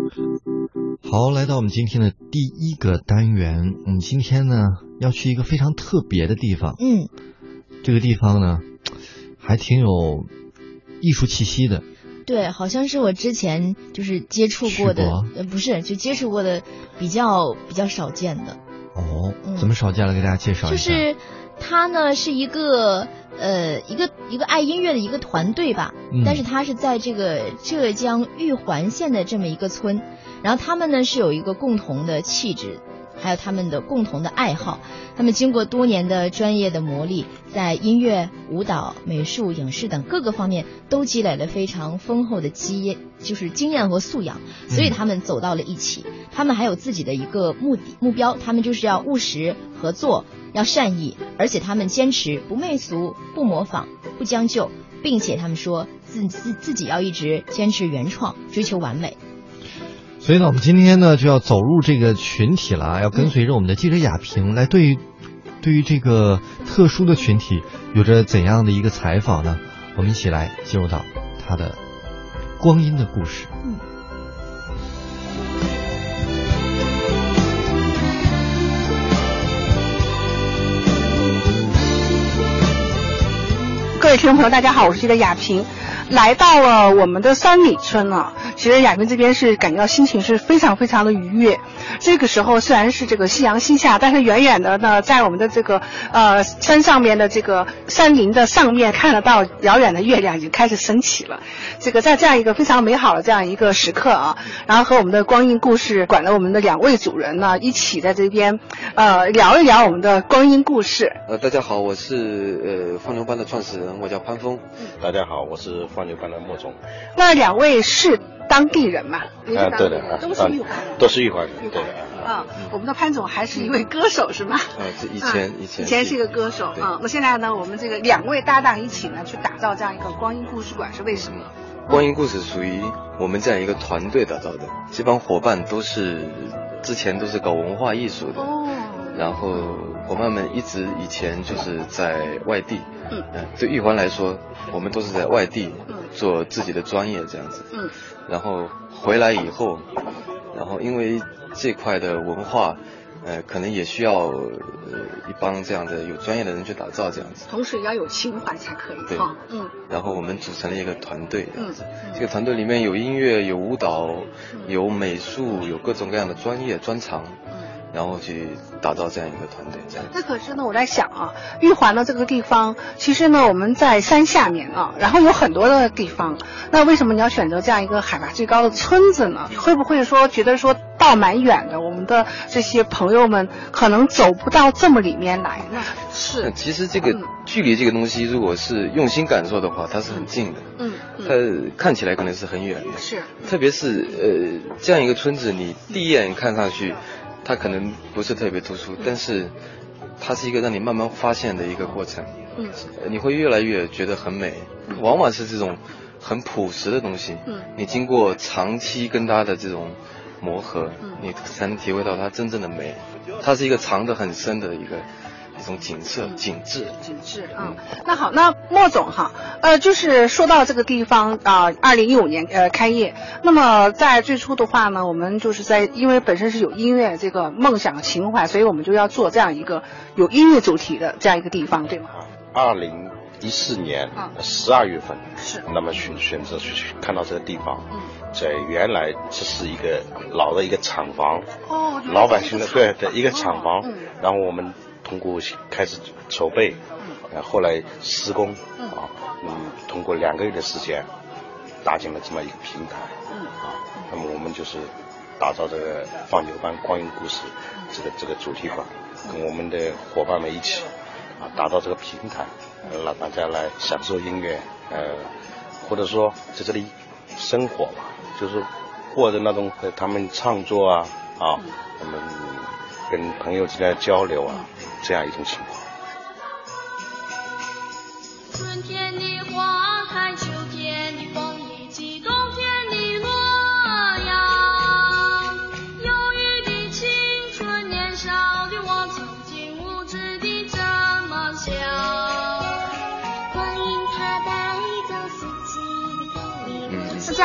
好，来到我们今天的第一个单元，我们今天呢要去一个非常特别的地方。这个地方呢还挺有艺术气息的。 对，好像是我之前就是接触过的，不是，就接触过的比较少见的。 哦，怎么少见了？给大家介绍一下。 就是它呢是一个爱音乐的一个团队吧，但是它是在这个浙江玉环县的这么一个村，然后他们呢是有一个共同的气质，还有他们的共同的爱好，他们经过多年的专业的磨砺，在音乐、舞蹈、美术、影视等各个方面都积累了非常丰厚的就是经验和素养，所以他们走到了一起。他们还有自己的一个目标，他们就是要务实合作，要善意，而且他们坚持不媚俗、不模仿、不将就，并且他们说自己要一直坚持原创，追求完美。 所以呢，我们今天呢就要走入这个群体了，要跟随着我们的记者雅萍来对于这个特殊的群体有着怎样的一个采访呢？我们一起来进入到他的光阴的故事。 各位听众朋友大家好，我是记者雅萍，来到了我们的三里村了。其实雅萍这边是感觉到心情是非常非常的愉悦。这个时候虽然是这个夕阳西下，但是远远的呢，在我们的这个山上面的这个山林的上面看得到遥远的月亮已经开始升起了。这个在这样一个非常美好的这样一个时刻啊，然后和我们的光阴故事馆的我们的两位主人呢一起在这边聊一聊我们的光阴故事。 大家好，我是放牛班的创始人，我叫潘峰。 大家好，我是放牛班的莫总。 那两位是当地人嘛？ 对的， 都是玉环人， 都是玉环人，对的。 我们的潘总还是一位歌手是吗？ 以前是一个歌手啊。那现在呢，我们这个两位搭档一起呢，去打造这样一个光阴故事馆，是为什么？ 光阴故事属于我们这样一个团队打造的，这帮伙伴之前都是搞文化艺术的，然后伙伴们以前就是在外地，对玉环来说，我们都是在外地做自己的专业这样子，然后回来以后，然后因为这块的文化，可能也需要一帮这样的有专业的人去打造这样子， 同时也要有情怀才可以。 对，然后我们组成了一个团队，这个团队里面有音乐、有舞蹈、有美术、有各种各样的专业专长。然后去打造这样一个团队，这样。 那可是呢，我在想啊，玉环的这个地方，其实呢我们在山下面啊，然后有很多的地方，那为什么你要选择这样一个海拔最高的村子呢？会不会说觉得说道蛮远的，我们的这些朋友们可能走不到这么里面来呢？是。 其实这个距离这个东西，如果是用心感受的话，它是很近的。它看起来可能是很远的。 是。 特别是这样一个村子，你第一眼看上去。它可能不是特别突出，但是它是一个让你慢慢发现的一个过程。你会越来越觉得很美，往往是这种很朴实的东西，你经过长期跟它的这种磨合，你才能体会到它真正的美。它是一个藏得很深的一种景致。 那好，那莫总哈，就是说到这个地方啊，2015年开业。那么在最初的话呢，我们就是因为本身是有音乐这个梦想情怀，所以我们就要做这样一个有音乐主题的这样一个地方，对吗 ？2014年12月份，是那么选择去看到这个地方，在原来这是一个老的一个厂房，老百姓的对一个厂房，然后我们通过开始筹备，后来施工，通过2个月的时间，搭建了这么一个平台，那么我们就是打造这个放牛班光阴故事这个主题馆，跟我们的伙伴们一起打造这个平台，让大家来享受音乐，或者说在这里生活吧，就是过着那种他们创作他们跟朋友之间的交流这样一种情况。 春天的花开，秋天的枫叶，季冬天的洛阳。忧郁的青春，年少的我，曾经无知的这么想。 是这样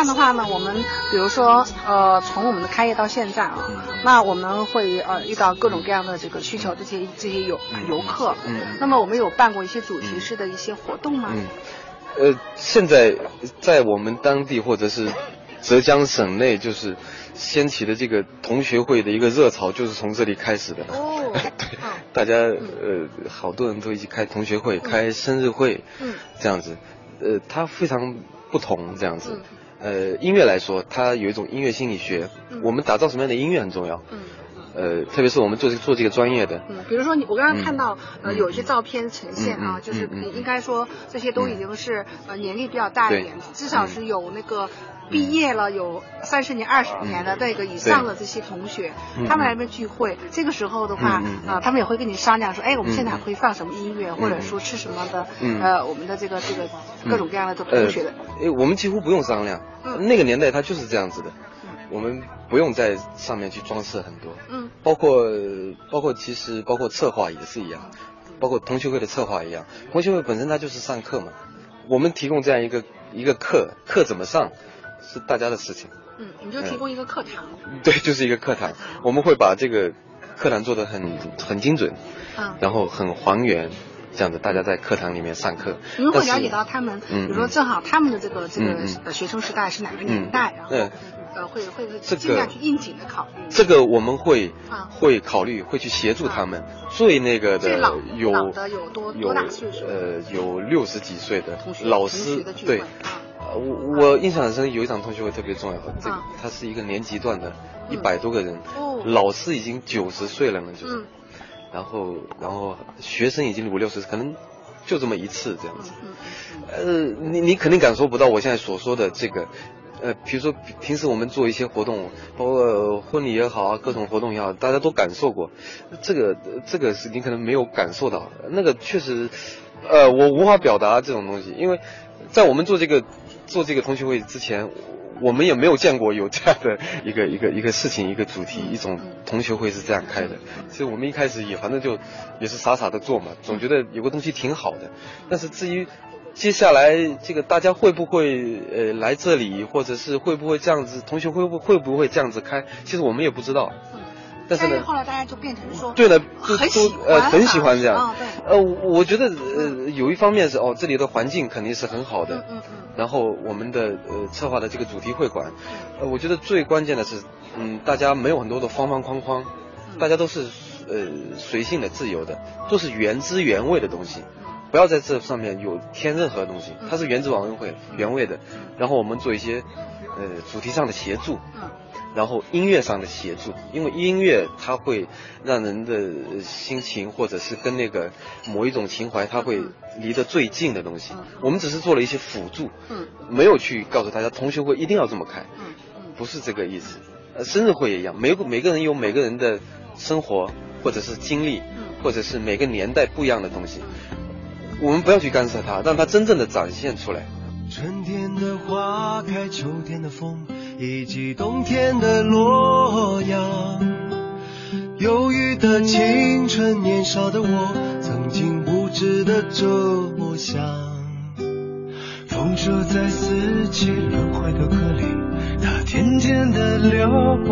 样的话呢，我们比如说从我们的开业到现在啊，那我们会遇到各种各样的这个需求，这些游客，那么我们有办过一些主题式的一些活动吗？ 现在在我们当地或者是浙江省内，就是掀起的这个同学会的一个热潮，就是从这里开始的。对，大家好多人都一起开同学会、开生日会，这样子，它非常不同这样子。音乐来说，它有一种音乐心理学，我们打造什么样的音乐很重要。特别是我们做这个专业的， 比如说我刚刚看到有一些照片呈现啊，就是应该说这些都已经是年龄比较大一点，至少是有那个毕业了有30年、20年的那个以上的这些同学，他们来这边聚会，这个时候的话他们也会跟你商量说，哎，我们现在会放什么音乐，或者说吃什么的，我们的这个各种各样的同学的， 我们几乎不用商量，那个年代它就是这样子的。我们不用在上面去装饰很多，包括其实包括策划也是一样，包括同学会的策划一样，同学会本身它就是上课嘛，我们提供这样一个课怎么上是大家的事情， 你就提供一个课堂， 对，就是一个课堂，我们会把这个课堂做得很精准，然后很还原。这样子，大家在课堂里面上课， 你们会了解到他们，比如说正好他们的这个学生时代是哪个年代，然后会尽量去应景的考虑。 这个我们会考虑，会去协助他们。最那个的老的有多大岁数？ 有60几岁的老师，对。我印象很深，有一场同学会特别重要，这个他是一个年级段的，100多个人，老师已经90岁了呢，就是。然后学生已经50、60，可能就这么一次这样子。你肯定感受不到我现在所说的这个，比如说平时我们做一些活动，包括婚礼也好啊，各种活动也好，大家都感受过。这个是你可能没有感受到，那个确实，我无法表达这种东西，因为在我们做这个同学会之前。我们也没有见过有这样的一个事情，一个主题，一种同学会是这样开的。其实我们一开始反正也是傻傻的做嘛，总觉得有个东西挺好的。但是至于接下来这个大家会不会来这里，或者是会不会这样子，同学会不会这样子开，其实我们也不知道。但是后来大家就变成说， 对了， 很喜欢这样。我觉得对有一方面是这里的环境肯定是很好的。然后我们的策划的这个主题会馆，我觉得最关键的是，大家没有很多的方框，大家都是随性的、自由的，都是原汁原味的东西，不要在这上面有添任何东西，它是原汁原味的。然后我们做一些主题上的协助，然后音乐上的协助，因为音乐它会让人的心情或者是跟那个某一种情怀，它会离得最近的东西。我们只是做了一些辅助，没有去告诉大家同学会一定要这么开，不是这个意思。生日会也一样，每个人有每个人的生活或者是经历，或者是每个年代不一样的东西，我们不要去干涉它，让它真正的展现出来。 春天的花开，秋天的风，以及冬天的洛阳。忧郁的青春，年少的我，曾经不知的这么想。风车在四季轮回的歌里，它甜甜的流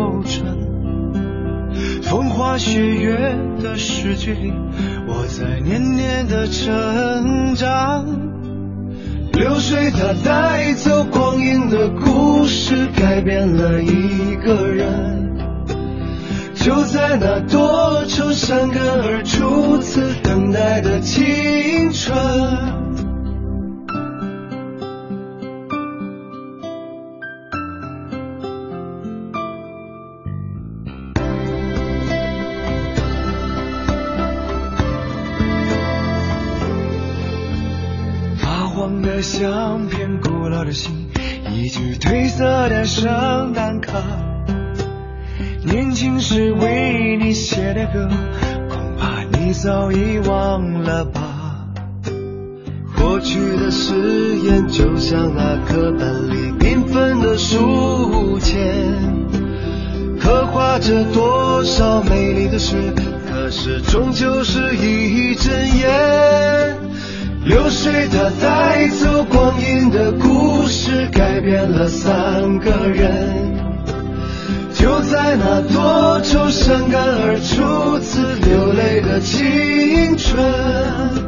转。风花雪月的诗句里，我在年年的成长。流水它带走光阴的故事，改变了一个人。就在那多愁善感而初次等待的青春。的相片，古老的信，一句褪色的圣诞卡，年轻时为你写的歌，恐怕你早已忘了吧。过去的誓言就像那课本里缤纷的书签，刻画着多少美丽的诗，可是终究是一阵烟。 流水它带走光阴的故事，改变了3个人。就在那多愁善感而初次流泪的青春。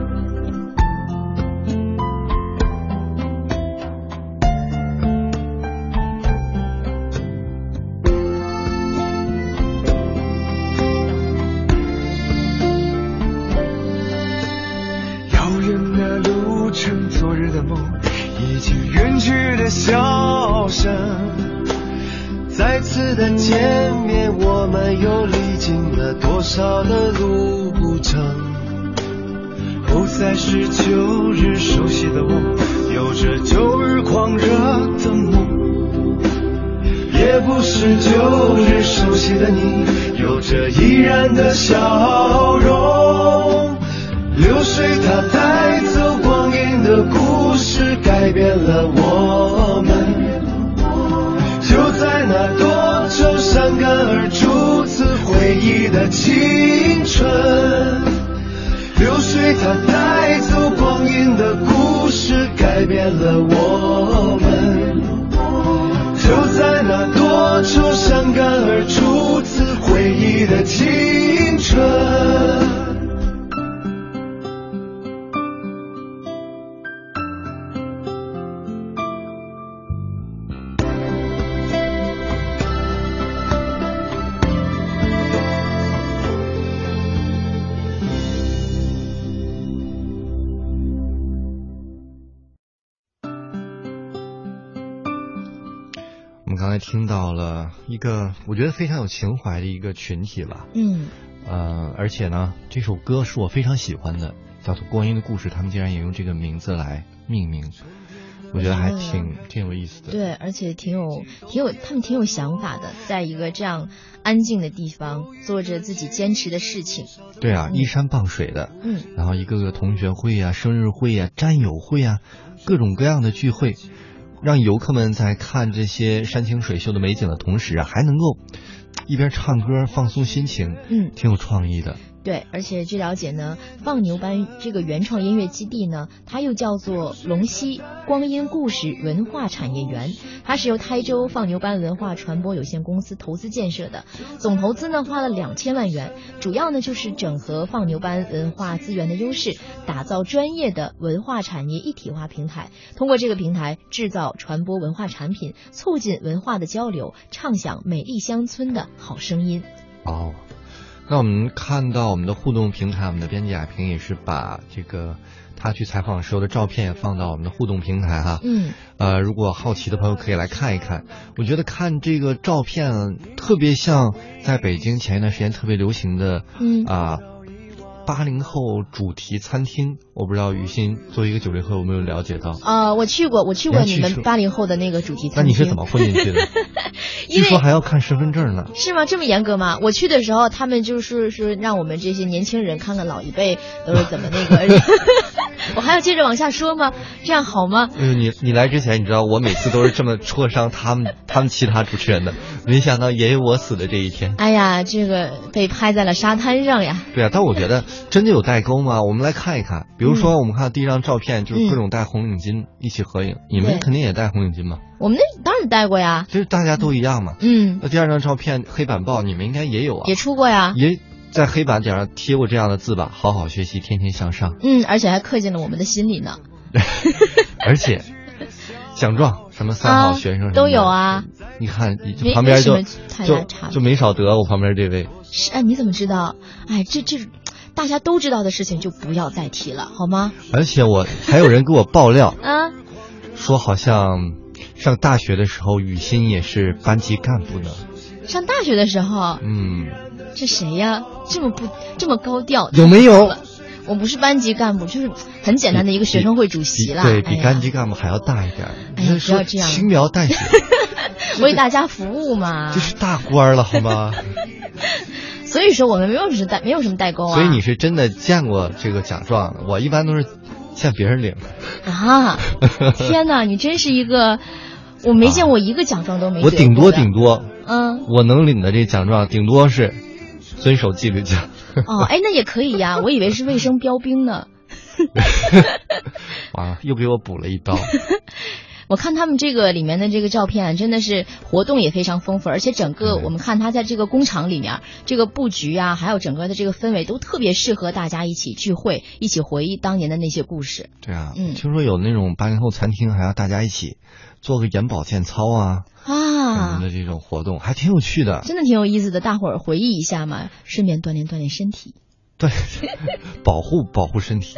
昨日的梦，以及远去的笑声，再次的见面，我们又历经了多少的路程？不再是旧日熟悉的我，有着旧日狂热的梦，也不是旧日熟悉的你，有着依然的笑容。流水它带走光阴的故事，改变了我们。就在那多愁善感而初次回忆的青春。流水它带走光阴的故事，改变了我们。就在那多愁善感而初次回忆的青春。 刚才听到了一个我觉得非常有情怀的一个群体吧，而且呢，这首歌是我非常喜欢的，叫做《光阴的故事》，他们竟然也用这个名字来命名，我觉得还挺有意思的。 对，而且他们挺有想法的，在一个这样安静的地方做着自己坚持的事情。 对啊，依山傍水的，然后一个个同学会啊、生日会啊、战友会啊，各种各样的聚会。让游客们在看这些山清水秀的美景的同时啊，还能够一边唱歌放松心情，挺有创意的。 对，而且据了解呢，放牛班这个原创音乐基地呢，它又叫做龙溪光阴故事文化产业园，它是由台州放牛班文化传播有限公司投资建设的，总投资呢花了2000万元，主要呢就是整合放牛班文化资源的优势，打造专业的文化产业一体化平台，通过这个平台制造传播文化产品，促进文化的交流，唱响美丽乡村的好声音。 那我们看到我们的互动平台，我们的编辑雅萍也是把这个他去采访时候的照片也放到我们的互动平台哈。如果好奇的朋友可以来看一看。我觉得看这个照片特别像在北京前一段时间特别流行的80后主题餐厅，我不知道于欣作为一个90后有没有了解到？ 我去过你们80后的那个主题餐厅。 那你是怎么混进去的？据说还要看身份证呢。 是吗？这么严格吗？我去的时候，他们就是说让我们这些年轻人看看老一辈都是怎么那个。我还要接着往下说吗？这样好吗？ 你来之前，你知道我每次都是这么戳伤他们其他主持人的，没想到也有我死的这一天。 哎呀，这个被拍在了沙滩上呀。 对啊，但我觉得真的有代沟吗？我们来看一看，比如说我们看到第一张照片，就是各种戴红领巾一起合影，你们肯定也戴红领巾吧？ 我们那当然戴过呀， 就是大家都一样嘛。那第二张照片黑板报，你们应该也有啊， 也出过呀， 也在黑板点上贴过这样的字吧，好好学习，天天向上。 而且还刻进了我们的心里呢。 而且奖状什么3好学生都有啊。 你看旁边就没少得我旁边这位。 是你怎么知道？哎，这大家都知道的事情就不要再提了，好吗？ 而且还有人给我爆料说好像上大学的时候雨欣也是班级干部呢。 上大学的时候？这谁呀？这么高调？ 有没有？ 我不是班级干部，就是很简单的一个学生会主席啦。 对，比班级干部还要大一点。 哎呀，不要这样， 轻描淡写， 为大家服务嘛。 这是大官了，好吗？ 所以说我们没有什么代沟啊。 所以你是真的见过这个奖状的，我一般都是向别人领啊。天哪，你真是一个，我没见过一个奖状都没领过的。 我顶多，我能领的这奖状顶多是遵守纪律奖。 那也可以呀，我以为是卫生标兵呢。 哇，又给我补了一刀。 我看他们这个里面的这个照片，真的是活动也非常丰富，而且整个我们看他在这个工厂里面，这个布局啊，还有整个的这个氛围都特别适合大家一起聚会，一起回忆当年的那些故事。 对啊，听说有那种80后餐厅，还要大家一起做个眼保健操啊什么的这种活动，还挺有趣的， 真的挺有意思的。大伙儿回忆一下嘛，顺便锻炼锻炼身体， 对，保护身体。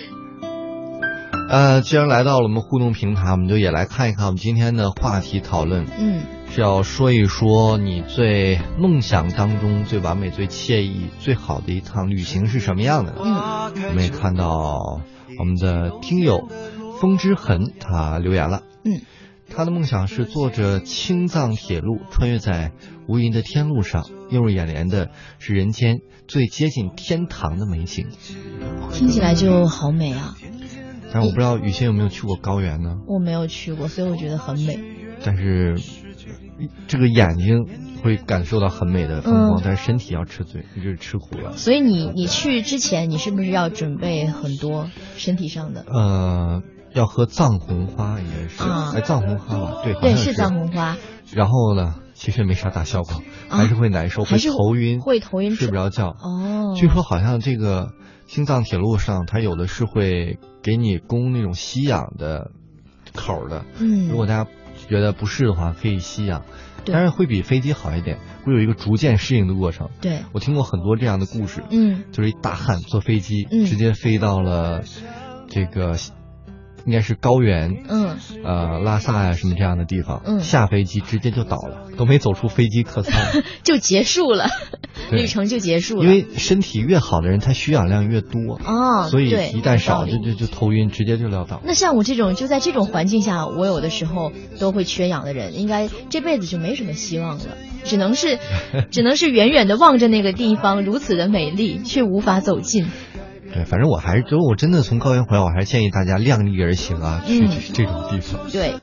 既然来到了我们互动平台，我们就也来看一看我们今天的话题讨论。是要说一说你最梦想当中最完美、最惬意、最好的一趟旅行是什么样的？我们也看到我们的听友风之痕他留言了。他的梦想是坐着青藏铁路穿越在无垠的天路上，映入眼帘的是人间最接近天堂的美景。 听起来就好美啊！ 但是我不知道雨欣有没有去过高原呢？ 我没有去过，所以我觉得很美。 但是这个眼睛会感受到很美的风光，但是身体要吃罪，就是吃苦了。 所以你去之前，你是不是要准备很多身体上的？ 要喝藏红花，应该是藏红花吧？对，好像是藏红花。 然后呢，其实没啥大效果，还是会难受，会头晕，睡不着觉。据说好像这个青藏铁路上，它有的是会给你供那种吸氧的口的。如果大家觉得不适的话，可以吸氧，但是会比飞机好一点，会有一个逐渐适应的过程。 对， 我听过很多这样的故事。就是一大汉坐飞机，直接飞到了这个应该是高原，拉萨呀什么这样的地方，下飞机直接就倒了，都没走出飞机客舱就结束了，旅程就结束了。 因为身体越好的人，他需氧量越多所以一旦少就头晕，直接就撂倒。 那像我这种就在这种环境下，我有的时候都会缺氧的人，应该这辈子就没什么希望了，只能是远远的望着那个地方如此的美丽，却无法走近。 对，反正我真的从高原回来，我还是建议大家量力而行啊，去这种地方。 对。